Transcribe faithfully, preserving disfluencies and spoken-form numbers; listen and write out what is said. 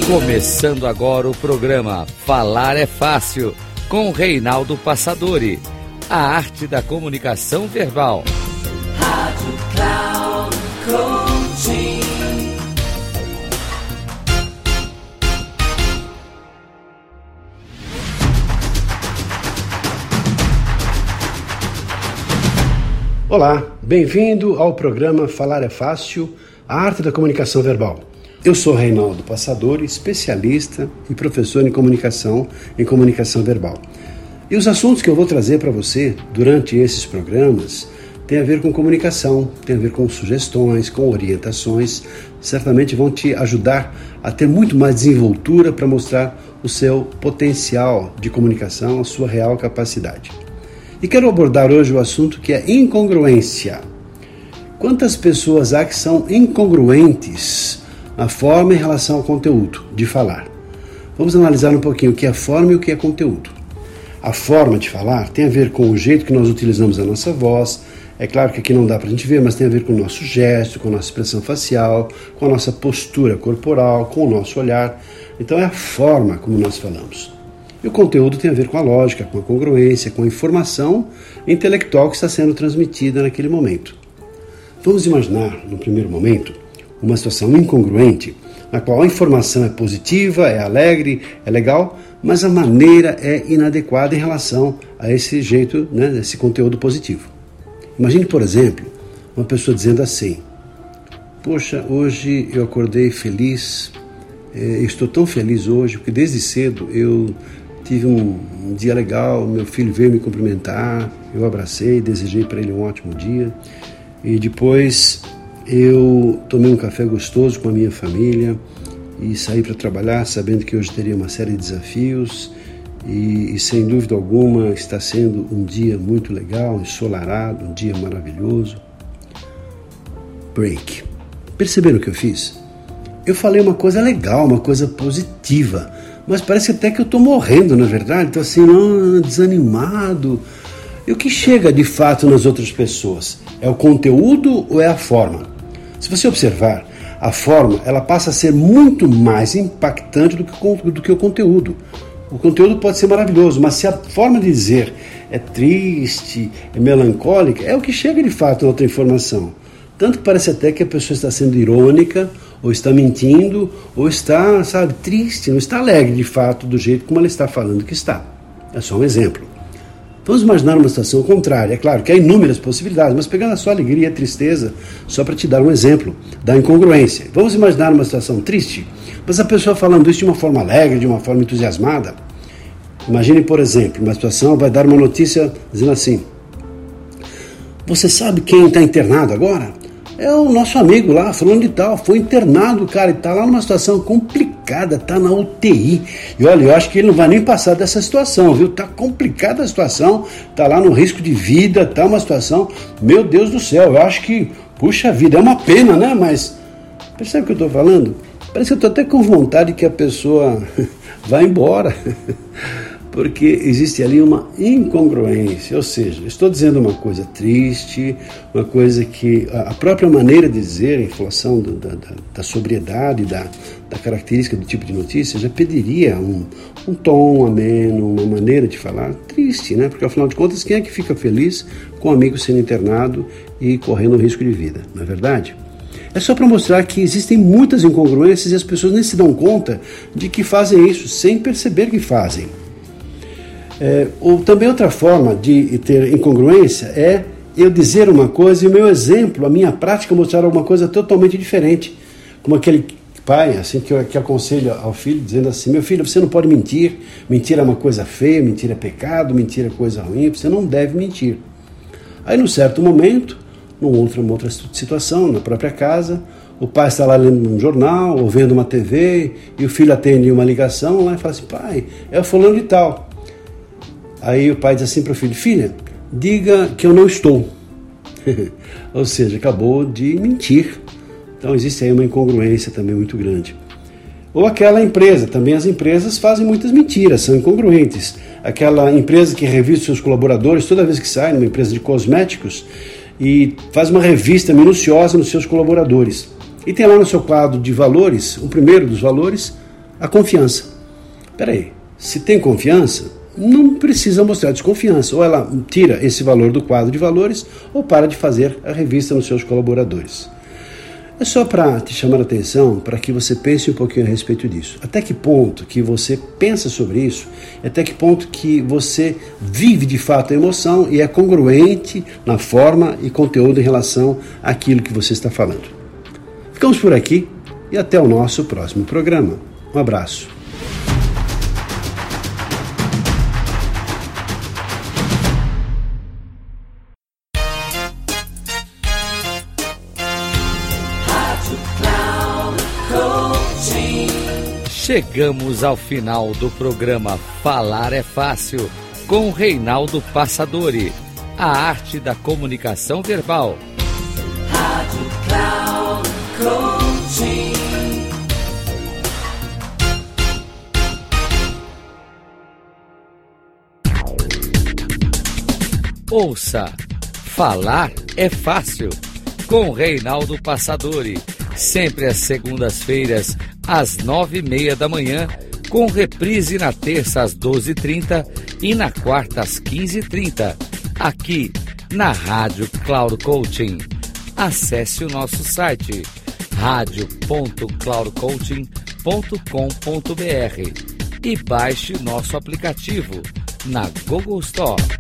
Começando agora o programa Falar é Fácil, com Reinaldo Passadori, a arte da comunicação verbal. Rádio Cloud Coaching. Olá, bem-vindo ao programa Falar é Fácil, a arte da comunicação verbal. Eu sou Reinaldo Passadori, especialista e professor em comunicação, em comunicação verbal. E os assuntos que eu vou trazer para você durante esses programas têm a ver com comunicação, têm a ver com sugestões, com orientações, certamente vão te ajudar a ter muito mais desenvoltura para mostrar o seu potencial de comunicação, a sua real capacidade. E quero abordar hoje o assunto que é incongruência. Quantas pessoas há que são incongruentes na forma em relação ao conteúdo de falar? Vamos analisar um pouquinho o que é forma e o que é conteúdo. A forma de falar tem a ver com o jeito que nós utilizamos a nossa voz. É claro que aqui não dá para a gente ver, mas tem a ver com o nosso gesto, com a nossa expressão facial, com a nossa postura corporal, com o nosso olhar. Então é a forma como nós falamos. E o conteúdo tem a ver com a lógica, com a congruência, com a informação intelectual que está sendo transmitida naquele momento. Vamos imaginar, no primeiro momento, uma situação incongruente, na qual a informação é positiva, é alegre, é legal, mas a maneira é inadequada em relação a esse jeito, né, esse conteúdo positivo. Imagine, por exemplo, uma pessoa dizendo assim: poxa, hoje eu acordei feliz, eu estou tão feliz hoje, porque desde cedo eu tive um, um dia legal, meu filho veio me cumprimentar, eu abracei, desejei para ele um ótimo dia, e depois eu tomei um café gostoso com a minha família e saí para trabalhar sabendo que hoje teria uma série de desafios e, e sem dúvida alguma está sendo um dia muito legal, ensolarado, um dia maravilhoso. Break. Perceberam o que eu fiz? Eu falei uma coisa legal, uma coisa positiva, mas parece até que eu estou morrendo, na verdade, estou assim, não, desanimado. E o que chega de fato nas outras pessoas? É o conteúdo ou é a forma? Se você observar, a forma ela passa a ser muito mais impactante do que, do que o conteúdo. O conteúdo pode ser maravilhoso, mas se a forma de dizer é triste, é melancólica, é o que chega de fato na outra informação. Tanto que parece até que a pessoa está sendo irônica, ou está mentindo, ou está, sabe, triste, não está alegre de fato do jeito como ela está falando que está. É só um exemplo. Vamos imaginar uma situação contrária. É claro que há inúmeras possibilidades, mas pegando a sua alegria e a tristeza, só para te dar um exemplo da incongruência. Vamos imaginar uma situação triste, mas a pessoa falando isso de uma forma alegre, de uma forma entusiasmada. Imagine, por exemplo, uma situação, vai dar uma notícia dizendo assim: você sabe quem está internado agora? É o nosso amigo lá, falando de tal, foi internado, cara, e está lá numa situação complicada, está na U T I. E olha, eu acho que ele não vai nem passar dessa situação, viu? Está complicada a situação, está lá no risco de vida, está uma situação, meu Deus do céu, eu acho que, puxa vida, é uma pena, né? Mas, percebe o que eu estou falando? Parece que eu estou até com vontade que a pessoa vá embora. Porque existe ali uma incongruência, ou seja, estou dizendo uma coisa triste, uma coisa que a própria maneira de dizer, em função do, da, da, da sobriedade, da, da característica do tipo de notícia, já pediria um, um tom ameno, uma maneira de falar triste, né? Porque afinal de contas, quem é que fica feliz com um amigo sendo internado e correndo risco de vida, não é verdade? É só para mostrar que existem muitas incongruências e as pessoas nem se dão conta de que fazem isso, sem perceber que fazem. É, ou também outra forma de ter incongruência é eu dizer uma coisa e o meu exemplo, a minha prática mostrar alguma coisa totalmente diferente, como aquele pai assim que, que aconselha ao filho dizendo assim: meu filho, você não pode mentir, mentir é uma coisa feia, mentir é pecado, mentir é coisa ruim, você não deve mentir. Aí num certo momento, numa outra, numa outra situação, na própria casa, o pai está lá lendo um jornal ou vendo uma T V e o filho atende uma ligação lá e fala assim: pai, é o fulano de tal. Aí o pai diz assim para o filho: filha, diga que eu não estou. Ou seja, acabou de mentir. Então existe aí uma incongruência também muito grande. Ou aquela empresa, também as empresas fazem muitas mentiras, são incongruentes. Aquela empresa que revista seus colaboradores toda vez que sai, numa empresa de cosméticos, e faz uma revista minuciosa nos seus colaboradores. E tem lá no seu quadro de valores, o primeiro dos valores, A confiança. Peraí, se tem confiança, não precisa mostrar desconfiança. Ou ela tira esse valor do quadro de valores, ou para de fazer a revista nos seus colaboradores. É só para te chamar a atenção, para que você pense um pouquinho a respeito disso. Até que ponto que você pensa sobre isso, até que ponto que você vive de fato a emoção e é congruente na forma e conteúdo em relação àquilo que você está falando. Ficamos por aqui e até o nosso próximo programa. Um abraço. Chegamos ao final do programa Falar é Fácil, com Reinaldo Passadori, a arte da comunicação verbal. Rádio Cloud Coaching. Ouça Falar é Fácil, com Reinaldo Passadori, sempre às segundas-feiras, às nove e meia da manhã, com reprise na terça às doze e trinta e na quarta às quinze e trinta, aqui na Rádio Cloud Coaching. Acesse o nosso site rádio ponto cloud coaching ponto com ponto b r e baixe nosso aplicativo na Google Store.